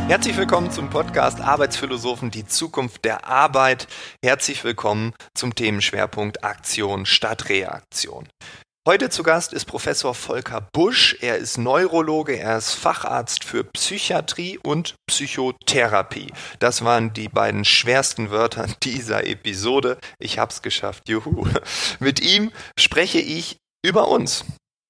Herzlich willkommen zum Podcast Arbeitsphilosophen, die Zukunft der Arbeit. Herzlich willkommen zum Themenschwerpunkt Aktion statt Reaktion. Heute zu Gast ist Professor Volker Busch. Er ist Neurologe, er ist Facharzt für Psychiatrie und Psychotherapie. Das waren die beiden schwersten Wörter dieser Episode. Ich hab's geschafft, juhu. Mit ihm spreche ich über uns.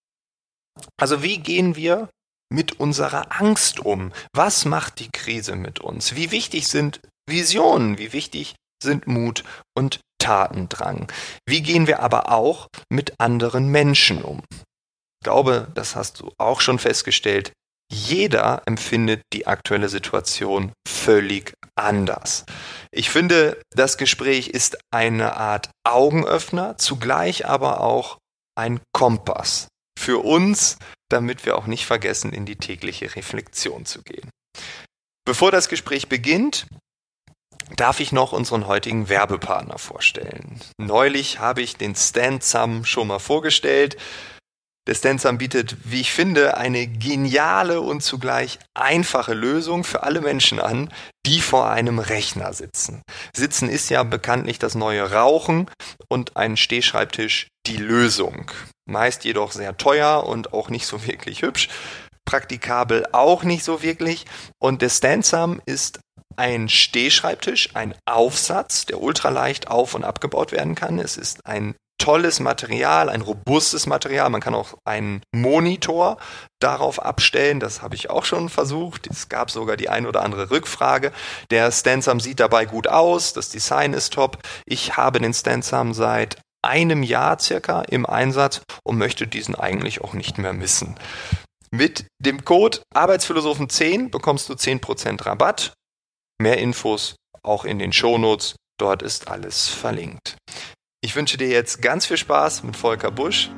Also wie gehen wir mit unserer Angst um? Was macht die Krise mit uns? Wie wichtig sind Visionen? Wie wichtig sind Mut und Tatendrang? Wie gehen wir aber auch mit anderen Menschen um? Ich glaube, das hast du auch schon festgestellt. Jeder empfindet die aktuelle Situation völlig anders. Ich finde, das Gespräch ist eine Art Augenöffner, zugleich aber auch ein Kompass für uns, damit wir auch nicht vergessen, in die tägliche Reflexion zu gehen. Bevor das Gespräch beginnt, darf ich noch unseren heutigen Werbepartner vorstellen. Neulich habe ich den StanSum schon mal vorgestellt. Der StanSum bietet, wie ich finde, eine geniale und zugleich einfache Lösung für alle Menschen an, die vor einem Rechner sitzen. Sitzen ist ja bekanntlich das neue Rauchen und ein Stehschreibtisch die Lösung. Meist jedoch sehr teuer und auch nicht so wirklich hübsch. Praktikabel auch nicht so wirklich. Und der StanSum ist ein Stehschreibtisch, ein Aufsatz, der ultraleicht auf- und abgebaut werden kann. Es ist ein tolles Material, ein robustes Material. Man kann auch einen Monitor darauf abstellen. Das habe ich auch schon versucht. Es gab sogar die ein oder andere Rückfrage. Der StanSum sieht dabei gut aus. Das Design ist top. Ich habe den StanSum seit einem Jahr circa im Einsatz und möchte diesen eigentlich auch nicht mehr missen. Mit dem Code Arbeitsphilosophen10 bekommst du 10% Rabatt. Mehr Infos auch in den Shownotes. Dort ist alles verlinkt. Ich wünsche dir jetzt ganz viel Spaß mit Volker Busch.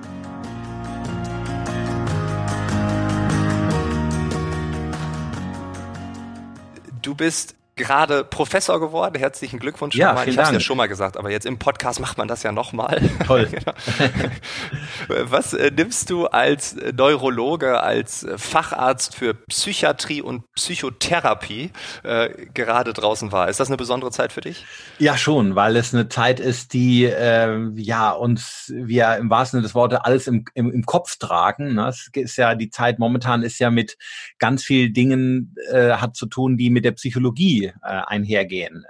Du bist gerade Professor geworden. Herzlichen Glückwunsch. Ja, ich habe es ja schon mal gesagt, aber jetzt im Podcast macht man das ja nochmal. Toll. Was nimmst du als Neurologe, als Facharzt für Psychiatrie und Psychotherapie gerade draußen wahr? Ist das eine besondere Zeit für dich? Ja, schon, weil es eine Zeit ist, die uns, wir im wahrsten Sinne des Wortes, alles im Kopf tragen. Ne? Es ist ja, die Zeit momentan ist ja mit ganz vielen Dingen, hat zu tun, die mit der Psychologie einhergehen.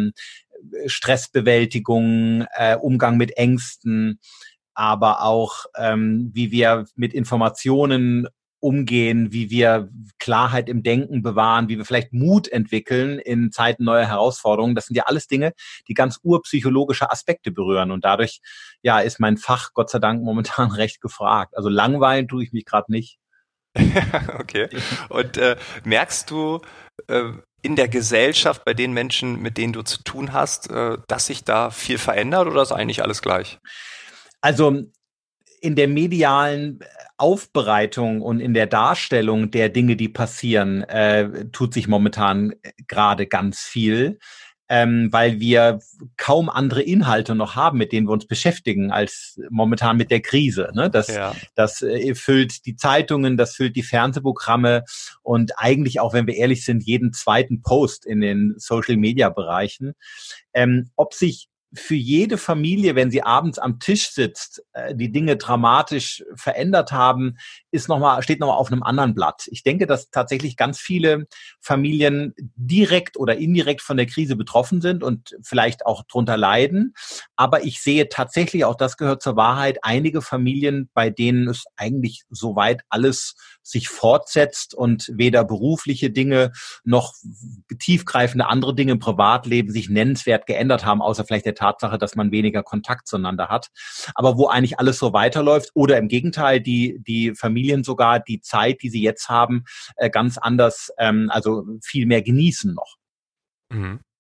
Stressbewältigung, Umgang mit Ängsten, aber auch wie wir mit Informationen umgehen, wie wir Klarheit im Denken bewahren, wie wir vielleicht Mut entwickeln in Zeiten neuer Herausforderungen. Das sind ja alles Dinge, die ganz urpsychologische Aspekte berühren. Und dadurch, ja, ist mein Fach Gott sei Dank momentan recht gefragt. Also langweilen tue ich mich gerade nicht. Okay. Und merkst du in der Gesellschaft, bei den Menschen, mit denen du zu tun hast, dass sich da viel verändert oder ist eigentlich alles gleich? Also in der medialen Aufbereitung und in der Darstellung der Dinge, die passieren, tut sich momentan gerade ganz viel, weil wir kaum andere Inhalte noch haben, mit denen wir uns beschäftigen, als momentan mit der Krise. Ne? Das füllt die Zeitungen, das füllt die Fernsehprogramme und eigentlich auch, wenn wir ehrlich sind, jeden zweiten Post in den Social-Media-Bereichen. Ob sich für jede Familie, wenn sie abends am Tisch sitzt, die Dinge dramatisch verändert haben, steht nochmal auf einem anderen Blatt. Ich denke, dass tatsächlich ganz viele Familien direkt oder indirekt von der Krise betroffen sind und vielleicht auch drunter leiden. Aber ich sehe tatsächlich, auch das gehört zur Wahrheit, einige Familien, bei denen es eigentlich soweit alles sich fortsetzt und weder berufliche Dinge noch tiefgreifende andere Dinge im Privatleben sich nennenswert geändert haben, außer vielleicht der Tatsache, dass man weniger Kontakt zueinander hat. Aber wo eigentlich alles so weiterläuft oder im Gegenteil, die Familien sogar die Zeit, die sie jetzt haben, ganz anders, also viel mehr genießen noch. Mhm.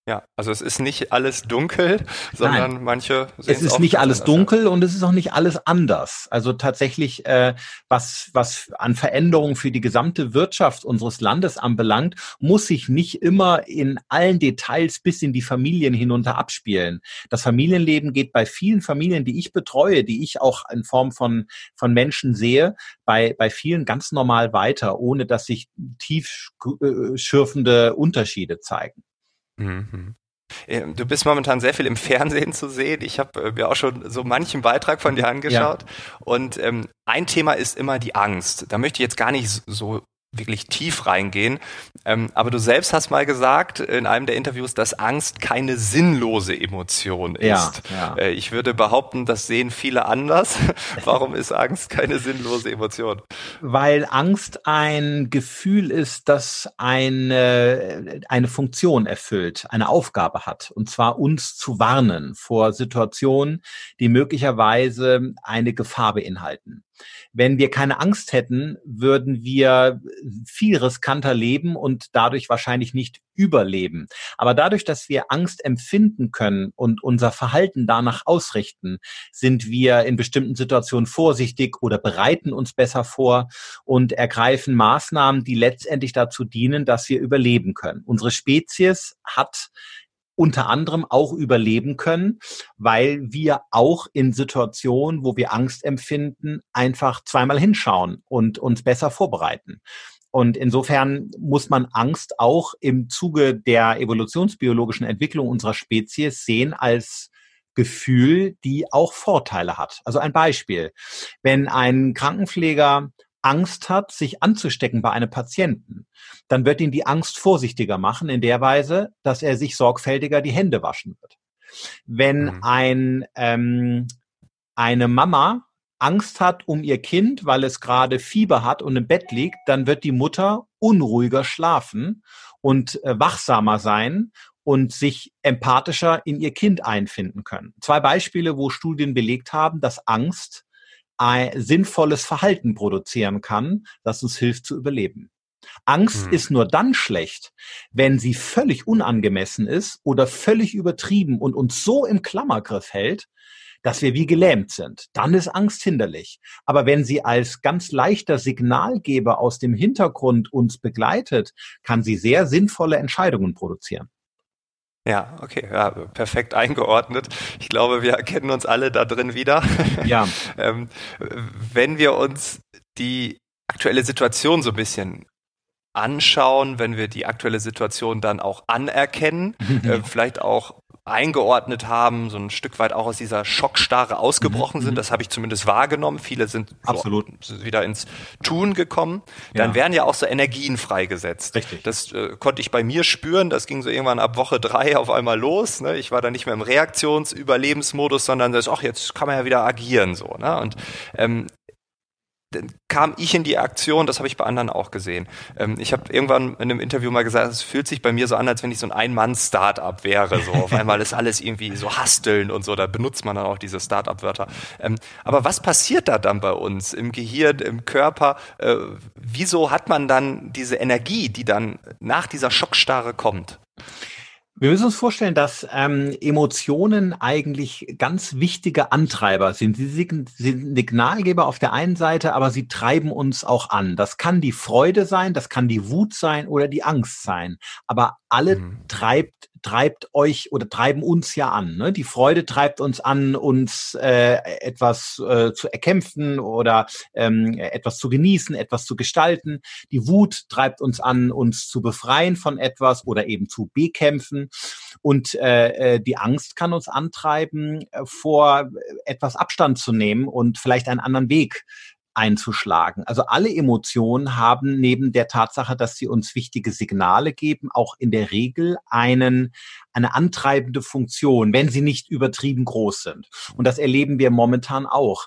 Ja, also es ist nicht alles dunkel, Nein. sondern manche sehen Es es ist auch nicht ganz alles anders, ja. dunkel und es ist auch nicht alles anders. Also tatsächlich, was an Veränderungen für die gesamte Wirtschaft unseres Landes anbelangt, muss sich nicht immer in allen Details bis in die Familien hinunter abspielen. Das Familienleben geht bei vielen Familien, die ich betreue, die ich auch in Form von Menschen sehe, bei vielen ganz normal weiter, ohne dass sich tiefschürfende Unterschiede zeigen. Mhm. Du bist momentan sehr viel im Fernsehen zu sehen. Ich habe mir auch schon so manchen Beitrag von dir Ja. angeschaut. Und ein Thema ist immer die Angst. Da möchte ich jetzt gar nicht so wirklich tief reingehen. Aber du selbst hast mal gesagt in einem der Interviews, dass Angst keine sinnlose Emotion Ja, ist. ja. Ich würde behaupten, das sehen viele anders. Warum ist Angst keine sinnlose Emotion? Weil Angst ein Gefühl ist, das eine Funktion erfüllt, eine Aufgabe hat, und zwar uns zu warnen vor Situationen, die möglicherweise eine Gefahr beinhalten. Wenn wir keine Angst hätten, würden wir viel riskanter leben und dadurch wahrscheinlich nicht überleben. Aber dadurch, dass wir Angst empfinden können und unser Verhalten danach ausrichten, sind wir in bestimmten Situationen vorsichtig oder bereiten uns besser vor und ergreifen Maßnahmen, die letztendlich dazu dienen, dass wir überleben können. Unsere Spezies hat unter anderem auch überleben können, weil wir auch in Situationen, wo wir Angst empfinden, einfach zweimal hinschauen und uns besser vorbereiten. Und insofern muss man Angst auch im Zuge der evolutionsbiologischen Entwicklung unserer Spezies sehen als Gefühl, die auch Vorteile hat. Also ein Beispiel. Wenn ein Krankenpfleger Angst hat, sich anzustecken bei einem Patienten, dann wird ihn die Angst vorsichtiger machen in der Weise, dass er sich sorgfältiger die Hände waschen wird. Wenn Mhm. eine Mama Angst hat um ihr Kind, weil es gerade Fieber hat und im Bett liegt, dann wird die Mutter unruhiger schlafen und wachsamer sein und sich empathischer in ihr Kind einfinden können. Zwei Beispiele, wo Studien belegt haben, dass Angst ein sinnvolles Verhalten produzieren kann, das uns hilft zu überleben. Angst Mhm. ist nur dann schlecht, wenn sie völlig unangemessen ist oder völlig übertrieben und uns so im Klammergriff hält, dass wir wie gelähmt sind. Dann ist Angst hinderlich. Aber wenn sie als ganz leichter Signalgeber aus dem Hintergrund uns begleitet, kann sie sehr sinnvolle Entscheidungen produzieren. Ja, okay, ja, perfekt eingeordnet. Ich glaube, wir erkennen uns alle da drin wieder. Ja. ähm, wenn wir uns die aktuelle Situation so ein bisschen anschauen, wenn wir die aktuelle Situation dann auch anerkennen, Ja. vielleicht auch eingeordnet haben, so ein Stück weit auch aus dieser Schockstarre Mhm, ausgebrochen sind, mhm. das habe ich zumindest wahrgenommen, viele sind so Absolut. wieder ins Tun gekommen, dann Ja, werden ja auch so Energien freigesetzt. richtig. Das konnte ich bei mir spüren, das ging so irgendwann ab Woche 3 auf einmal los, ne? Ich war dann nicht mehr im Reaktions-Überlebensmodus, sondern das, ach, jetzt kann man ja wieder agieren, so, ne? Und dann kam ich in die Aktion, das habe ich bei anderen auch gesehen. Ich habe irgendwann in einem Interview mal gesagt, es fühlt sich bei mir so an, als wenn ich so ein Ein-Mann-Startup wäre. So auf einmal ist alles irgendwie so hasteln und so, da benutzt man dann auch diese Startup-Wörter. Aber was passiert da dann bei uns im Gehirn, im Körper? Wieso hat man dann diese Energie, die dann nach dieser Schockstarre kommt? Wir müssen uns vorstellen, dass Emotionen eigentlich ganz wichtige Antreiber sind. Sie sind Signalgeber auf der einen Seite, aber sie treiben uns auch an. Das kann die Freude sein, das kann die Wut sein oder die Angst sein. Aber alle Mhm. treibt euch oder treiben uns ja an. Ne? Die Freude treibt uns an, uns etwas zu erkämpfen oder etwas zu genießen, etwas zu gestalten. Die Wut treibt uns an, uns zu befreien von etwas oder eben zu bekämpfen. Und die Angst kann uns antreiben, vor etwas Abstand zu nehmen und vielleicht einen anderen Weg einzuschlagen. Also alle Emotionen haben neben der Tatsache, dass sie uns wichtige Signale geben, auch in der Regel eine antreibende Funktion, wenn sie nicht übertrieben groß sind. Und das erleben wir momentan auch.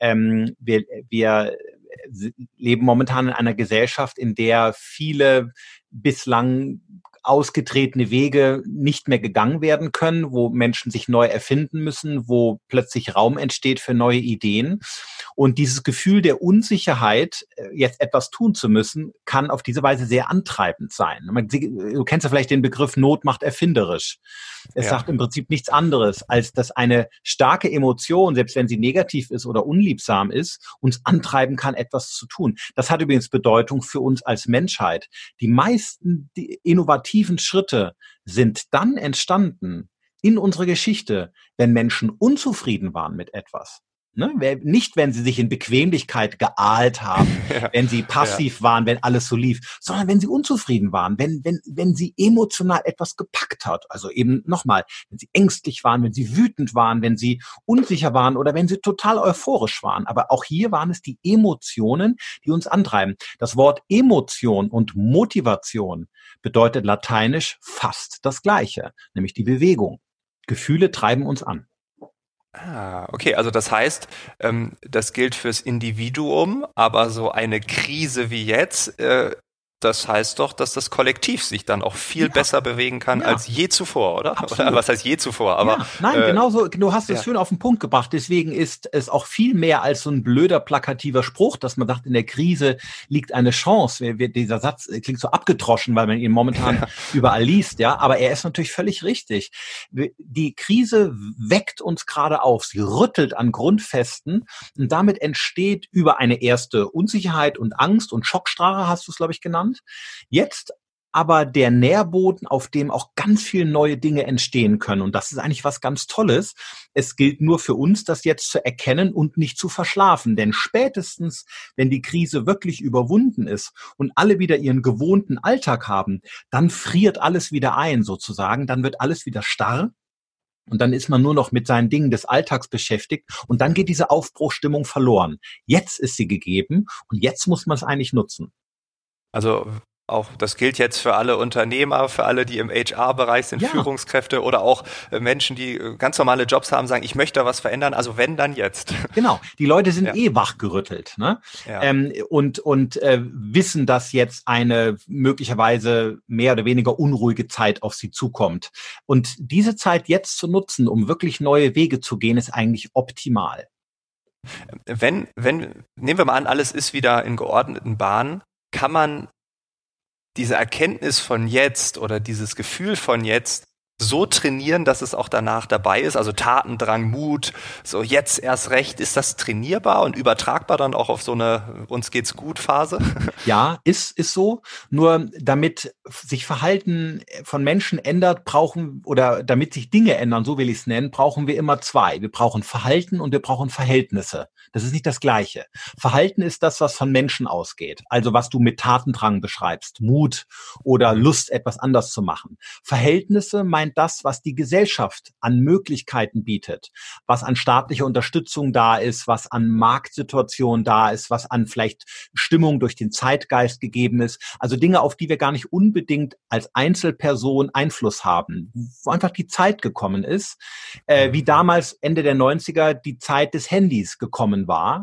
Wir leben momentan in einer Gesellschaft, in der viele bislang ausgetretene Wege nicht mehr gegangen werden können, wo Menschen sich neu erfinden müssen, wo plötzlich Raum entsteht für neue Ideen. Und dieses Gefühl der Unsicherheit, jetzt etwas tun zu müssen, kann auf diese Weise sehr antreibend sein. Du kennst ja vielleicht den Begriff Not macht erfinderisch. Es sagt im Prinzip nichts anderes, als dass eine starke Emotion, selbst wenn sie negativ ist oder unliebsam ist, uns antreiben kann, etwas zu tun. Das hat übrigens Bedeutung für uns als Menschheit. Die meisten innovativen Schritte sind dann entstanden in unserer Geschichte, wenn Menschen unzufrieden waren mit etwas. Ne? Nicht, wenn sie sich in Bequemlichkeit geahlt haben, wenn sie passiv waren, wenn alles so lief, sondern wenn sie unzufrieden waren, wenn sie emotional etwas gepackt hat. Also eben nochmal, wenn sie ängstlich waren, wenn sie wütend waren, wenn sie unsicher waren oder wenn sie total euphorisch waren. Aber auch hier waren es die Emotionen, die uns antreiben. Das Wort Emotion und Motivation bedeutet lateinisch fast das Gleiche, nämlich die Bewegung. Gefühle treiben uns an. Okay, also das heißt, das gilt fürs Individuum, aber so eine Krise wie jetzt, das heißt doch, dass das Kollektiv sich dann auch viel besser bewegen kann als je zuvor, oder? Absolut. Oder was heißt je zuvor? Aber nein, genauso. Du hast es schön auf den Punkt gebracht. Deswegen ist es auch viel mehr als so ein blöder plakativer Spruch, dass man sagt, in der Krise liegt eine Chance. Dieser Satz klingt so abgedroschen, weil man ihn momentan überall liest, ja. Aber er ist natürlich völlig richtig. Die Krise weckt uns gerade auf. Sie rüttelt an Grundfesten und damit entsteht über eine erste Unsicherheit und Angst und Schockstarre, hast du es, glaube ich, genannt. Jetzt aber der Nährboden, auf dem auch ganz viele neue Dinge entstehen können. Und das ist eigentlich was ganz Tolles. Es gilt nur für uns, das jetzt zu erkennen und nicht zu verschlafen. Denn spätestens, wenn die Krise wirklich überwunden ist und alle wieder ihren gewohnten Alltag haben, dann friert alles wieder ein sozusagen. Dann wird alles wieder starr. Und dann ist man nur noch mit seinen Dingen des Alltags beschäftigt. Und dann geht diese Aufbruchsstimmung verloren. Jetzt ist sie gegeben und jetzt muss man es eigentlich nutzen. Also auch das gilt jetzt für alle Unternehmer, für alle, die im HR-Bereich sind, Führungskräfte oder auch Menschen, die ganz normale Jobs haben, sagen, ich möchte da was verändern, also wenn, dann jetzt. Genau, die Leute sind wachgerüttelt, ne? Und wissen, dass jetzt eine möglicherweise mehr oder weniger unruhige Zeit auf sie zukommt. Und diese Zeit jetzt zu nutzen, um wirklich neue Wege zu gehen, ist eigentlich optimal. Nehmen wir mal an, alles ist wieder in geordneten Bahnen, kann man diese Erkenntnis von jetzt oder dieses Gefühl von jetzt so trainieren, dass es auch danach dabei ist? Also Tatendrang, Mut, so jetzt erst recht, ist das trainierbar und übertragbar dann auch auf so eine uns geht's gut Phase? Ja, ist so. Nur damit sich Verhalten von Menschen ändert, damit sich Dinge ändern, so will ich es nennen, brauchen wir immer zwei. Wir brauchen Verhalten und wir brauchen Verhältnisse. Das ist nicht das Gleiche. Verhalten ist das, was von Menschen ausgeht. Also was du mit Tatendrang beschreibst, Mut oder Lust, etwas anders zu machen. Verhältnisse meint das, was die Gesellschaft an Möglichkeiten bietet, was an staatlicher Unterstützung da ist, was an Marktsituation da ist, was an vielleicht Stimmung durch den Zeitgeist gegeben ist. Also Dinge, auf die wir gar nicht unbedingt als Einzelperson Einfluss haben, wo einfach die Zeit gekommen ist, wie damals Ende der 90er die Zeit des Handys gekommen war,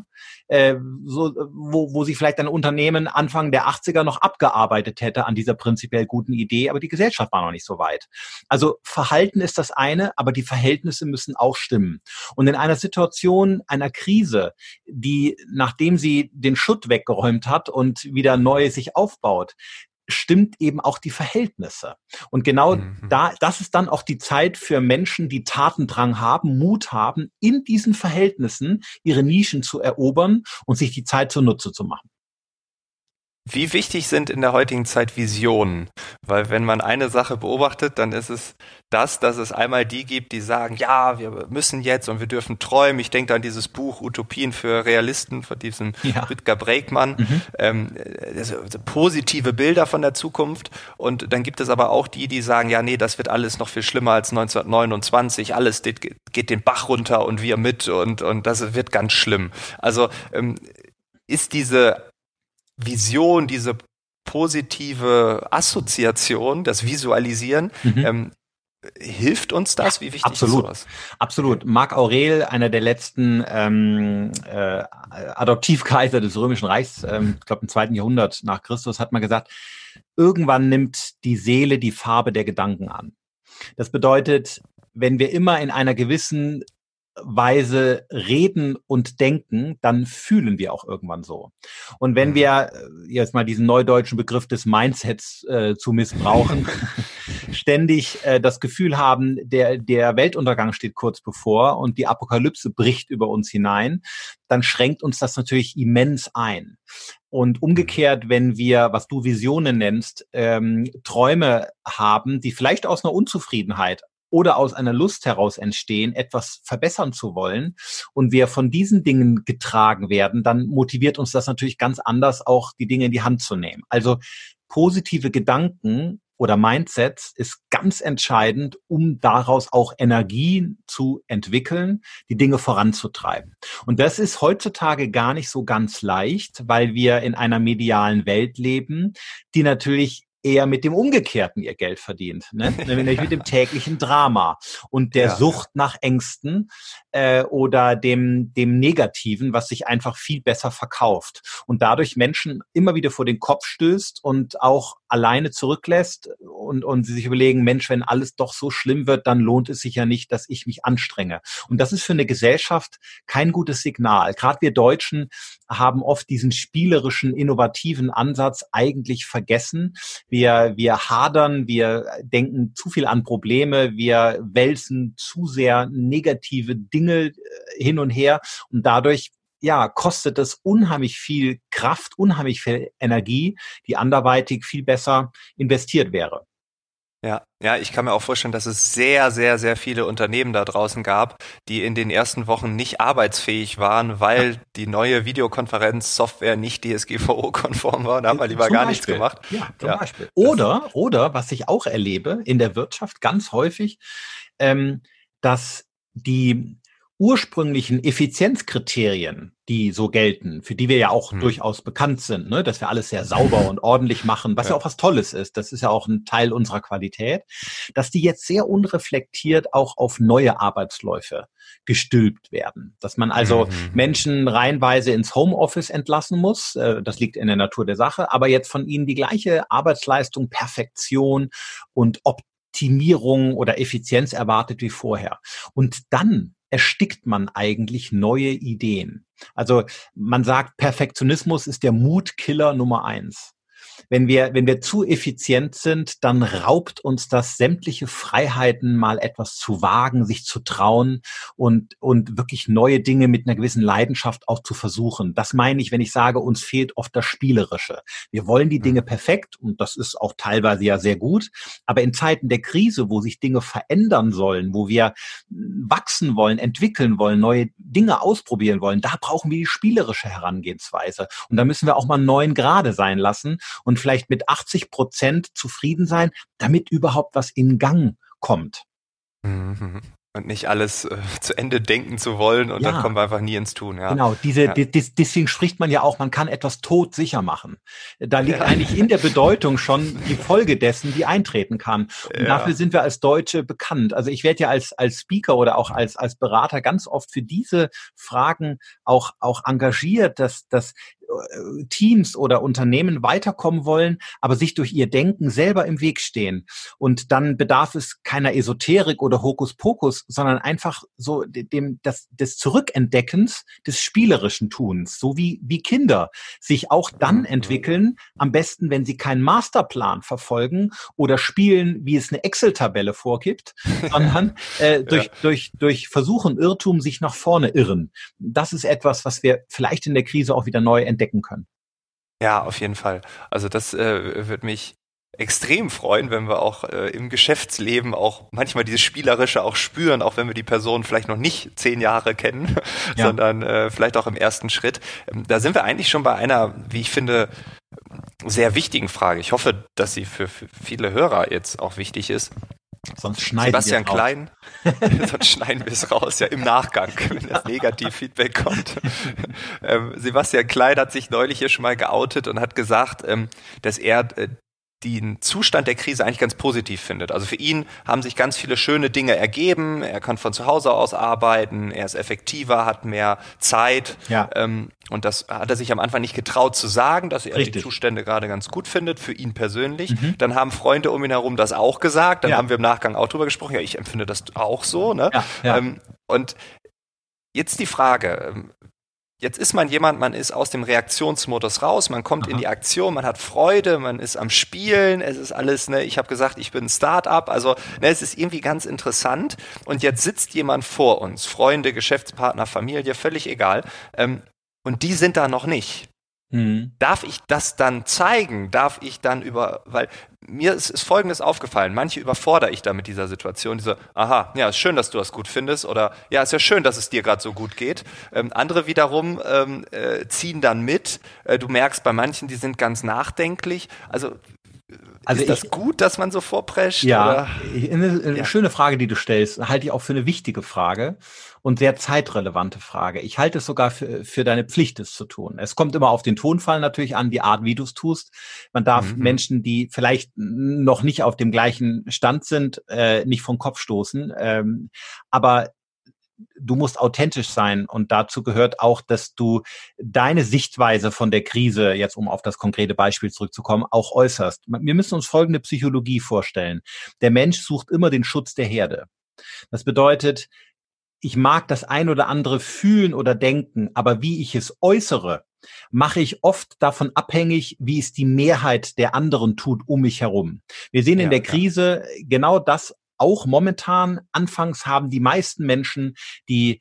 wo sich vielleicht ein Unternehmen Anfang der 80er noch abgearbeitet hätte an dieser prinzipiell guten Idee, aber die Gesellschaft war noch nicht so weit. Also Verhalten ist das eine, aber die Verhältnisse müssen auch stimmen. Und in einer Situation einer Krise, die, nachdem sie den Schutt weggeräumt hat und wieder neu sich aufbaut, stimmt eben auch die Verhältnisse. Und genau das ist dann auch die Zeit für Menschen, die Tatendrang haben, Mut haben, in diesen Verhältnissen ihre Nischen zu erobern und sich die Zeit zunutze zu machen. Wie wichtig sind in der heutigen Zeit Visionen? Weil wenn man eine Sache beobachtet, dann ist es dass es einmal die gibt, die sagen, ja, wir müssen jetzt und wir dürfen träumen. Ich denke an dieses Buch Utopien für Realisten von diesem Rutger Bregmann. Positive Bilder von der Zukunft. Und dann gibt es aber auch die sagen, ja, nee, das wird alles noch viel schlimmer als 1929. Alles geht den Bach runter und wir mit und das wird ganz schlimm. Also ist diese Vision, diese positive Assoziation, das Visualisieren, hilft uns das? Wie wichtig ist sowas? Absolut. Marc Aurel, einer der letzten Adoptivkaiser des Römischen Reichs, ich glaube im 2. Jahrhundert nach Christus, hat mal gesagt, irgendwann nimmt die Seele die Farbe der Gedanken an. Das bedeutet, wenn wir immer in einer gewissen Weise reden und denken, dann fühlen wir auch irgendwann so. Und wenn wir jetzt mal diesen neudeutschen Begriff des Mindsets zu missbrauchen, ständig das Gefühl haben, der Weltuntergang steht kurz bevor und die Apokalypse bricht über uns hinein, dann schränkt uns das natürlich immens ein. Und umgekehrt, wenn wir, was du Visionen nennst, Träume haben, die vielleicht aus einer Unzufriedenheit oder aus einer Lust heraus entstehen, etwas verbessern zu wollen und wir von diesen Dingen getragen werden, dann motiviert uns das natürlich ganz anders, auch die Dinge in die Hand zu nehmen. Also positive Gedanken oder Mindsets ist ganz entscheidend, um daraus auch Energie zu entwickeln, die Dinge voranzutreiben. Und das ist heutzutage gar nicht so ganz leicht, weil wir in einer medialen Welt leben, die natürlich eher mit dem Umgekehrten ihr Geld verdient, ne? Nämlich mit dem täglichen Drama und der Sucht nach Ängsten oder dem Negativen, was sich einfach viel besser verkauft und dadurch Menschen immer wieder vor den Kopf stößt und auch alleine zurücklässt und sie sich überlegen, Mensch, wenn alles doch so schlimm wird, dann lohnt es sich ja nicht, dass ich mich anstrenge. Und das ist für eine Gesellschaft kein gutes Signal. Gerade wir Deutschen haben oft diesen spielerischen, innovativen Ansatz eigentlich vergessen. Wir hadern, wir denken zu viel an Probleme, wir wälzen zu sehr negative Dinge hin und her und dadurch kostet es unheimlich viel Kraft, unheimlich viel Energie, die anderweitig viel besser investiert wäre. Ja, ich kann mir auch vorstellen, dass es sehr, sehr, sehr viele Unternehmen da draußen gab, die in den ersten Wochen nicht arbeitsfähig waren, weil die neue Videokonferenzsoftware nicht DSGVO-konform war. Da haben wir lieber gar nichts gemacht. Ja, zum Beispiel. Oder, was ich auch erlebe in der Wirtschaft ganz häufig, dass die ursprünglichen Effizienzkriterien, die so gelten, für die wir ja auch durchaus bekannt sind, ne, dass wir alles sehr sauber und ordentlich machen, was ja auch was Tolles ist, das ist ja auch ein Teil unserer Qualität, dass die jetzt sehr unreflektiert auch auf neue Arbeitsläufe gestülpt werden. Dass man also Menschen reihenweise ins Homeoffice entlassen muss, das liegt in der Natur der Sache, aber jetzt von ihnen die gleiche Arbeitsleistung, Perfektion und Optimierung oder Effizienz erwartet wie vorher. Und dann erstickt man eigentlich neue Ideen. Also man sagt, Perfektionismus ist der Mutkiller Nummer 1. Wenn wir zu effizient sind, dann raubt uns das sämtliche Freiheiten, mal etwas zu wagen, sich zu trauen und wirklich neue Dinge mit einer gewissen Leidenschaft auch zu versuchen. Das meine ich, wenn ich sage, uns fehlt oft das Spielerische. Wir wollen die Dinge perfekt und das ist auch teilweise ja sehr gut. Aber in Zeiten der Krise, wo sich Dinge verändern sollen, wo wir wachsen wollen, entwickeln wollen, neue Dinge ausprobieren wollen, da brauchen wir die spielerische Herangehensweise. Und da müssen wir auch mal 9 Grade sein lassen und vielleicht mit 80% zufrieden sein, damit überhaupt was in Gang kommt. Und nicht alles zu Ende denken zu wollen und dann kommen wir einfach nie ins Tun. Ja. Genau, deswegen spricht man ja auch, man kann etwas todsicher machen. Da liegt eigentlich in der Bedeutung schon die Folge dessen, die eintreten kann. Und dafür sind wir als Deutsche bekannt. Also ich werde ja als Speaker oder auch als Berater ganz oft für diese Fragen auch engagiert, dass Teams oder Unternehmen weiterkommen wollen, aber sich durch ihr Denken selber im Weg stehen. Und dann bedarf es keiner Esoterik oder Hokuspokus, sondern einfach so des Zurückentdeckens des spielerischen Tuns, so wie Kinder sich auch dann entwickeln, am besten, wenn sie keinen Masterplan verfolgen oder spielen, wie es eine Excel-Tabelle vorgibt, sondern durch Versuch und Irrtum sich nach vorne irren. Das ist etwas, was wir vielleicht in der Krise auch wieder neu entdecken können. Ja, auf jeden Fall. Also das wird mich extrem freuen, wenn wir auch im Geschäftsleben auch manchmal dieses Spielerische auch spüren, auch wenn wir die Person vielleicht noch nicht 10 Jahre kennen, sondern vielleicht auch im ersten Schritt. Da sind wir eigentlich schon bei einer, wie ich finde, sehr wichtigen Frage. Ich hoffe, dass sie für viele Hörer jetzt auch wichtig ist. Sonst schneiden Sebastian Klein, sonst schneiden wir es raus, ja im Nachgang, wenn das Negativ-Feedback kommt. Sebastian Klein hat sich neulich hier schon mal geoutet und hat gesagt, dass er den Zustand der Krise eigentlich ganz positiv findet. Also für ihn haben sich ganz viele schöne Dinge ergeben. Er kann von zu Hause aus arbeiten, er ist effektiver, hat mehr Zeit. Ja. Und das hat er sich am Anfang nicht getraut zu sagen, dass er Richtig. die Zustände gerade ganz gut findet, für ihn persönlich. Dann haben Freunde um ihn herum das auch gesagt. Dann haben wir im Nachgang auch drüber gesprochen. Ja, ich empfinde das auch so. Ne? Ja. Und jetzt die Frage, jetzt ist man ist aus dem Reaktionsmodus raus, man kommt in die Aktion, man hat Freude, man ist am Spielen, es ist alles, ne, ich habe gesagt, ich bin ein Start-up, also ne, es ist irgendwie ganz interessant und jetzt sitzt jemand vor uns, Freunde, Geschäftspartner, Familie, völlig egal, und die sind da noch nicht. Darf ich das dann zeigen? Darf ich dann weil mir ist Folgendes aufgefallen. Manche überfordere ich da mit dieser Situation. Die so, aha, ja, ist schön, dass du das gut findest oder ja, ist ja schön, dass es dir gerade so gut geht. Andere wiederum ziehen dann mit. Du merkst bei manchen, die sind ganz nachdenklich. Also ist das gut, dass man so vorprescht? Ja, oder? Eine schöne Frage, die du stellst, halte ich auch für eine wichtige Frage und sehr zeitrelevante Frage. Ich halte es sogar für deine Pflicht, es zu tun. Es kommt immer auf den Tonfall natürlich an, die Art, wie du es tust. Man darf Menschen, die vielleicht noch nicht auf dem gleichen Stand sind, nicht vom Kopf stoßen. Aber du musst authentisch sein und dazu gehört auch, dass du deine Sichtweise von der Krise, jetzt um auf das konkrete Beispiel zurückzukommen, auch äußerst. Wir müssen uns folgende Psychologie vorstellen. Der Mensch sucht immer den Schutz der Herde. Das bedeutet, ich mag das ein oder andere fühlen oder denken, aber wie ich es äußere, mache ich oft davon abhängig, wie es die Mehrheit der anderen tut um mich herum. Wir sehen in der Krise genau das auch momentan. Anfangs haben die meisten Menschen die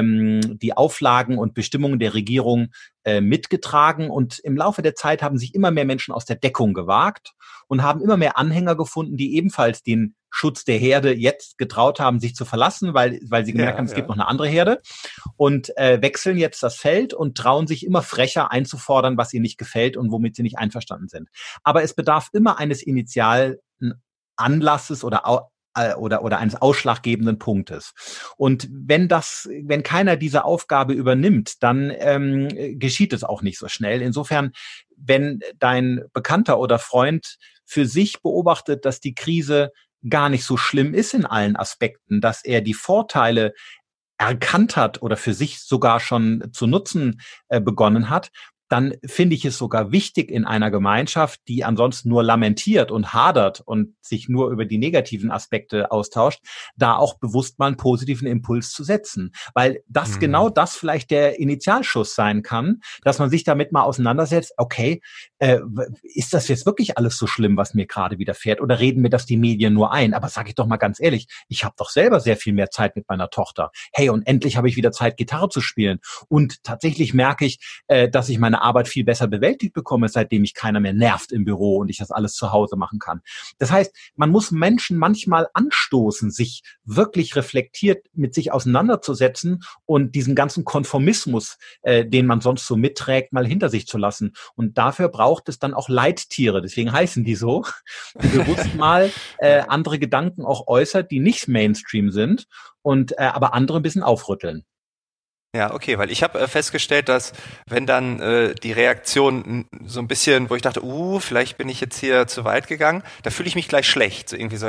Auflagen und Bestimmungen der Regierung mitgetragen und im Laufe der Zeit haben sich immer mehr Menschen aus der Deckung gewagt und haben immer mehr Anhänger gefunden, die ebenfalls den Schutz der Herde jetzt getraut haben, sich zu verlassen, weil sie gemerkt haben, es gibt noch eine andere Herde und wechseln jetzt das Feld und trauen sich immer frecher einzufordern, was ihnen nicht gefällt und womit sie nicht einverstanden sind. Aber es bedarf immer eines initialen Anlasses oder eines ausschlaggebenden Punktes. Und wenn keiner diese Aufgabe übernimmt, dann geschieht es auch nicht so schnell. Insofern, wenn dein Bekannter oder Freund für sich beobachtet, dass die Krise gar nicht so schlimm ist in allen Aspekten, dass er die Vorteile erkannt hat oder für sich sogar schon zu nutzen begonnen hat, dann finde ich es sogar wichtig in einer Gemeinschaft, die ansonsten nur lamentiert und hadert und sich nur über die negativen Aspekte austauscht, da auch bewusst mal einen positiven Impuls zu setzen. Weil das genau das vielleicht der Initialschuss sein kann, dass man sich damit mal auseinandersetzt, okay, ist das jetzt wirklich alles so schlimm, was mir gerade widerfährt? Oder reden mir das die Medien nur ein? Aber sage ich doch mal ganz ehrlich, ich habe doch selber sehr viel mehr Zeit mit meiner Tochter. Hey, und endlich habe ich wieder Zeit, Gitarre zu spielen. Und tatsächlich merke ich, dass ich meine Arbeit viel besser bewältigt bekomme, seitdem mich keiner mehr nervt im Büro und ich das alles zu Hause machen kann. Das heißt, man muss Menschen manchmal anstoßen, sich wirklich reflektiert mit sich auseinanderzusetzen und diesen ganzen Konformismus, den man sonst so mitträgt, mal hinter sich zu lassen. Und dafür braucht es dann auch Leittiere, deswegen heißen die so, die bewusst mal andere Gedanken auch äußert, die nicht Mainstream sind und aber andere ein bisschen aufrütteln. Ja, okay, weil ich habe festgestellt, dass wenn dann die Reaktion so ein bisschen, wo ich dachte, vielleicht bin ich jetzt hier zu weit gegangen, da fühle ich mich gleich schlecht. So irgendwie so,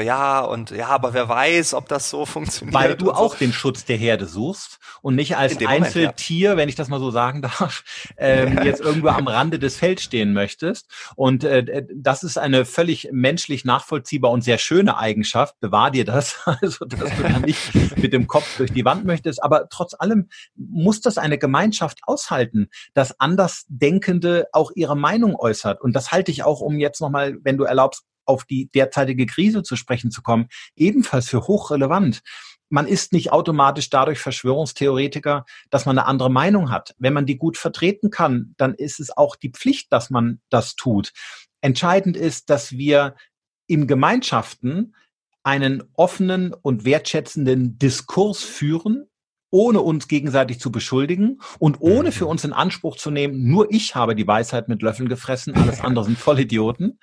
aber wer weiß, ob das so funktioniert. Weil du auch den Schutz der Herde suchst und nicht als Einzeltier, Moment, wenn ich das mal so sagen darf, jetzt irgendwo am Rande des Felds stehen möchtest. Und das ist eine völlig menschlich nachvollziehbar und sehr schöne Eigenschaft. Bewahr dir das, also dass du da nicht mit dem Kopf durch die Wand möchtest. Aber trotz allem muss das eine Gemeinschaft aushalten, dass Andersdenkende auch ihre Meinung äußert. Und das halte ich auch, um jetzt nochmal, wenn du erlaubst, auf die derzeitige Krise zu sprechen zu kommen, ebenfalls für hochrelevant. Man ist nicht automatisch dadurch Verschwörungstheoretiker, dass man eine andere Meinung hat. Wenn man die gut vertreten kann, dann ist es auch die Pflicht, dass man das tut. Entscheidend ist, dass wir in Gemeinschaften einen offenen und wertschätzenden Diskurs führen, ohne uns gegenseitig zu beschuldigen und ohne für uns in Anspruch zu nehmen, nur ich habe die Weisheit mit Löffeln gefressen, alles andere sind Vollidioten.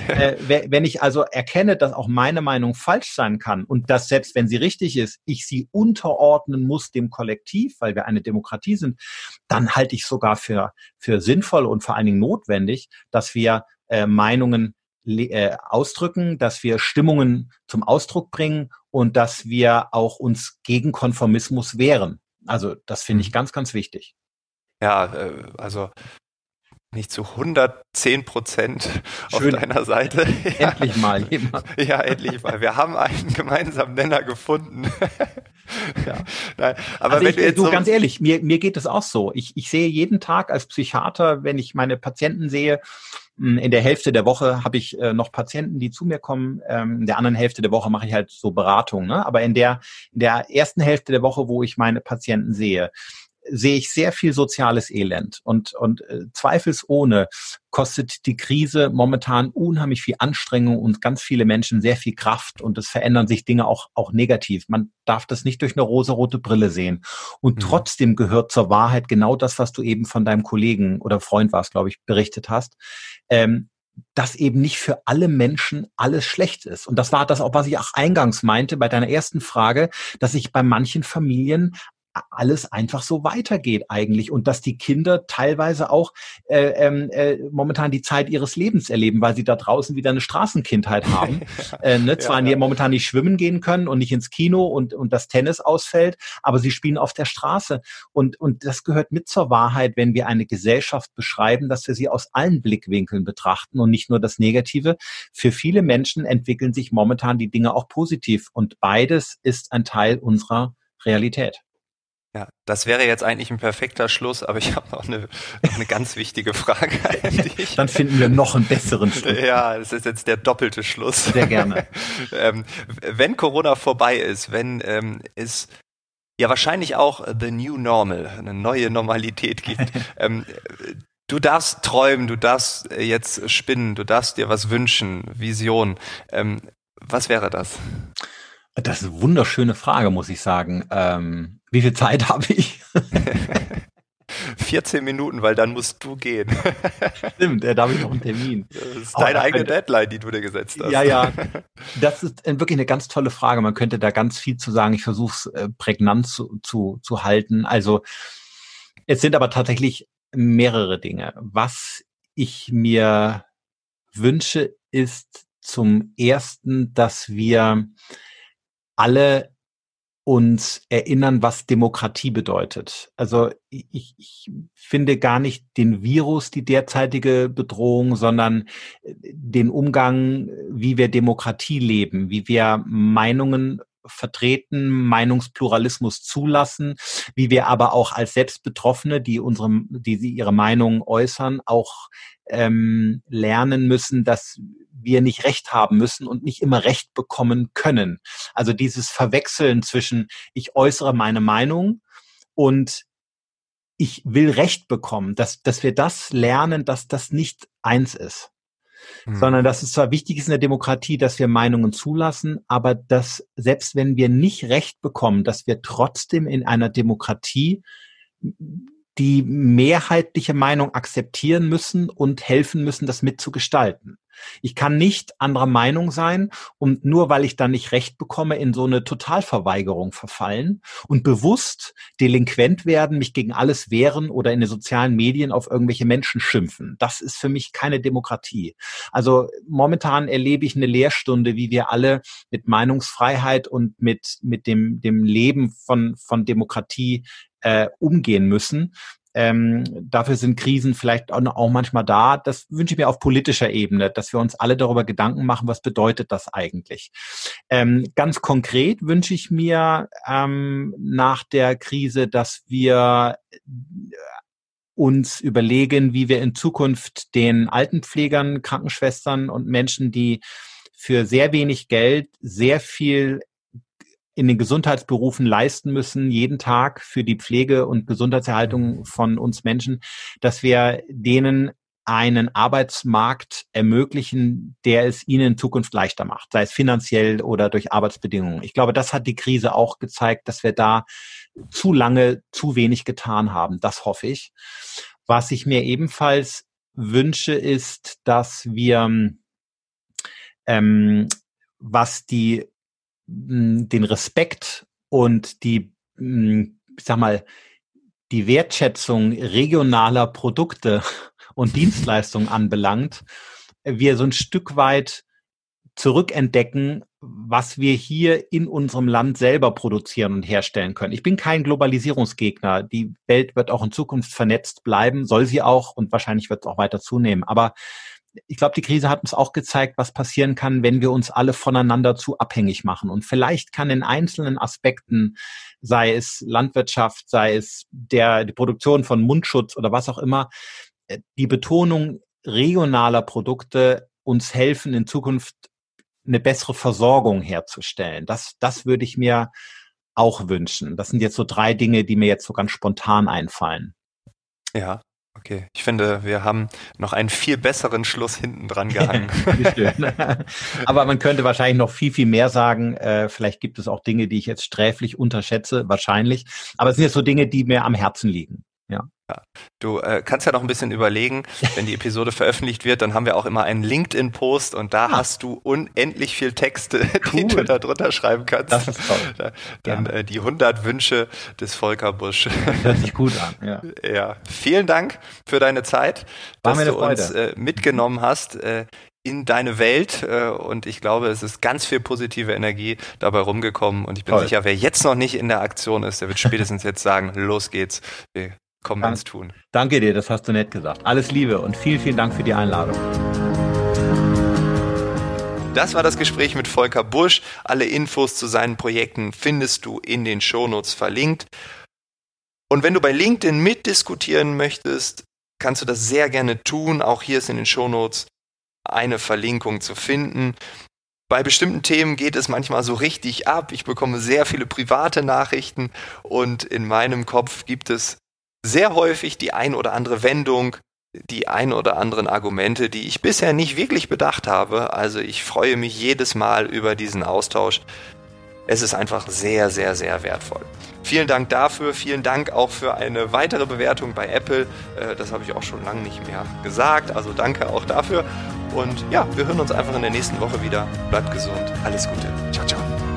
Wenn ich also erkenne, dass auch meine Meinung falsch sein kann und dass selbst wenn sie richtig ist, ich sie unterordnen muss dem Kollektiv, weil wir eine Demokratie sind, dann halte ich sogar für sinnvoll und vor allen Dingen notwendig, dass wir Meinungen ausdrücken, dass wir Stimmungen zum Ausdruck bringen und dass wir auch uns gegen Konformismus wehren. Also das finde ich ganz, ganz wichtig. Ja, also nicht zu 110% auf deiner Seite. Ja. Endlich mal jemand. Ja, endlich mal. Wir haben einen gemeinsamen Nenner gefunden. Ja. Nein, aber also wenn du jetzt du, ganz ehrlich, mir geht es auch so. Ich sehe jeden Tag als Psychiater, wenn ich meine Patienten sehe, in der Hälfte der Woche habe ich noch Patienten, die zu mir kommen. In der anderen Hälfte der Woche mache ich halt so Beratung. Ne? Aber in der ersten Hälfte der Woche, wo ich meine Patienten sehe ich sehr viel soziales Elend und zweifelsohne kostet die Krise momentan unheimlich viel Anstrengung und ganz viele Menschen sehr viel Kraft und es verändern sich Dinge auch negativ. Man darf das nicht durch eine rosarote Brille sehen. Und trotzdem gehört zur Wahrheit genau das, was du eben von deinem Kollegen oder Freund warst, glaube ich, berichtet hast, dass eben nicht für alle Menschen alles schlecht ist. Und das war das auch, was ich auch eingangs meinte bei deiner ersten Frage, dass ich bei manchen Familien alles einfach so weitergeht eigentlich und dass die Kinder teilweise auch momentan die Zeit ihres Lebens erleben, weil sie da draußen wieder eine Straßenkindheit haben. Zwar momentan nicht schwimmen gehen können und nicht ins Kino und das Tennis ausfällt, aber sie spielen auf der Straße. Und das gehört mit zur Wahrheit, wenn wir eine Gesellschaft beschreiben, dass wir sie aus allen Blickwinkeln betrachten und nicht nur das Negative. Für viele Menschen entwickeln sich momentan die Dinge auch positiv und beides ist ein Teil unserer Realität. Ja, das wäre jetzt eigentlich ein perfekter Schluss, aber ich habe noch eine ganz wichtige Frage an dich. Dann finden wir noch einen besseren Schluss. Ja, das ist jetzt der doppelte Schluss. Sehr gerne. Wenn Corona vorbei ist, wenn es ja wahrscheinlich auch the new normal, eine neue Normalität gibt, du darfst träumen, du darfst jetzt spinnen, du darfst dir was wünschen, Vision. Was wäre das? Das ist eine wunderschöne Frage, muss ich sagen. Wie viel Zeit habe ich? 14 Minuten, weil dann musst du gehen. Stimmt, da habe ich noch einen Termin. Das ist deine eigene Deadline, die du dir gesetzt hast. Ja. Das ist wirklich eine ganz tolle Frage. Man könnte da ganz viel zu sagen. Ich versuche es prägnant zu halten. Also es sind aber tatsächlich mehrere Dinge. Was ich mir wünsche, ist zum Ersten, dass wir alle uns erinnern, was Demokratie bedeutet. Also ich finde gar nicht den Virus die derzeitige Bedrohung, sondern den Umgang, wie wir Demokratie leben, wie wir Meinungen vertreten, Meinungspluralismus zulassen, wie wir aber auch als Selbstbetroffene, die ihre Meinung äußern, auch lernen müssen, dass wir nicht Recht haben müssen und nicht immer Recht bekommen können. Also dieses Verwechseln zwischen ich äußere meine Meinung und ich will Recht bekommen, dass wir das lernen, dass das nicht eins ist. Sondern dass es zwar wichtig ist in der Demokratie, dass wir Meinungen zulassen, aber dass selbst wenn wir nicht Recht bekommen, dass wir trotzdem in einer Demokratie die mehrheitliche Meinung akzeptieren müssen und helfen müssen, das mitzugestalten. Ich kann nicht anderer Meinung sein und nur weil ich dann nicht Recht bekomme, in so eine Totalverweigerung verfallen und bewusst delinquent werden, mich gegen alles wehren oder in den sozialen Medien auf irgendwelche Menschen schimpfen. Das ist für mich keine Demokratie. Also momentan erlebe ich eine Lehrstunde, wie wir alle mit Meinungsfreiheit und mit dem Leben von Demokratie umgehen müssen. Dafür sind Krisen vielleicht auch manchmal da. Das wünsche ich mir auf politischer Ebene, dass wir uns alle darüber Gedanken machen, was bedeutet das eigentlich. Ganz konkret wünsche ich mir nach der Krise, dass wir uns überlegen, wie wir in Zukunft den Altenpflegern, Krankenschwestern und Menschen, die für sehr wenig Geld sehr viel in den Gesundheitsberufen leisten müssen, jeden Tag für die Pflege und Gesundheitserhaltung von uns Menschen, dass wir denen einen Arbeitsmarkt ermöglichen, der es ihnen in Zukunft leichter macht, sei es finanziell oder durch Arbeitsbedingungen. Ich glaube, das hat die Krise auch gezeigt, dass wir da zu lange zu wenig getan haben. Das hoffe ich. Was ich mir ebenfalls wünsche, ist, dass wir, was den Respekt und die Wertschätzung regionaler Produkte und Dienstleistungen anbelangt, wir so ein Stück weit zurückentdecken, was wir hier in unserem Land selber produzieren und herstellen können. Ich bin kein Globalisierungsgegner. Die Welt wird auch in Zukunft vernetzt bleiben, soll sie auch, und wahrscheinlich wird es auch weiter zunehmen. Aber ich glaube, die Krise hat uns auch gezeigt, was passieren kann, wenn wir uns alle voneinander zu abhängig machen. Und vielleicht kann in einzelnen Aspekten, sei es Landwirtschaft, sei es die Produktion von Mundschutz oder was auch immer, die Betonung regionaler Produkte uns helfen, in Zukunft eine bessere Versorgung herzustellen. Das würde ich mir auch wünschen. Das sind jetzt so 3 Dinge, die mir jetzt so ganz spontan einfallen. Ja, okay. Ich finde, wir haben noch einen viel besseren Schluss hinten dran gehangen. Aber man könnte wahrscheinlich noch viel, viel mehr sagen. Vielleicht gibt es auch Dinge, die ich jetzt sträflich unterschätze, wahrscheinlich. Aber es sind jetzt so Dinge, die mir am Herzen liegen. Ja. Du kannst ja noch ein bisschen überlegen, wenn die Episode veröffentlicht wird, dann haben wir auch immer einen LinkedIn-Post und da hast du unendlich viel Texte, die du da drunter schreiben kannst. Das ist toll. Dann die 100 Wünsche des Volker Busch. Hört sich gut an, ja. Ja, vielen Dank für deine Zeit, dass du uns mitgenommen hast in deine Welt und ich glaube, es ist ganz viel positive Energie dabei rumgekommen und ich bin sicher, wer jetzt noch nicht in der Aktion ist, der wird spätestens jetzt sagen, los geht's, wir kommen ins Tun. Danke dir, das hast du nett gesagt. Alles Liebe und vielen, vielen Dank für die Einladung. Das war das Gespräch mit Volker Busch. Alle Infos zu seinen Projekten findest du in den Shownotes verlinkt. Und wenn du bei LinkedIn mitdiskutieren möchtest, kannst du das sehr gerne tun. Auch hier ist in den Shownotes eine Verlinkung zu finden. Bei bestimmten Themen geht es manchmal so richtig ab. Ich bekomme sehr viele private Nachrichten und in meinem Kopf gibt es sehr häufig die ein oder andere Wendung, die ein oder anderen Argumente, die ich bisher nicht wirklich bedacht habe. Also ich freue mich jedes Mal über diesen Austausch. Es ist einfach sehr, sehr, sehr wertvoll. Vielen Dank dafür. Vielen Dank auch für eine weitere Bewertung bei Apple. Das habe ich auch schon lange nicht mehr gesagt. Also danke auch dafür. Und ja, wir hören uns einfach in der nächsten Woche wieder. Bleibt gesund. Alles Gute. Ciao, ciao.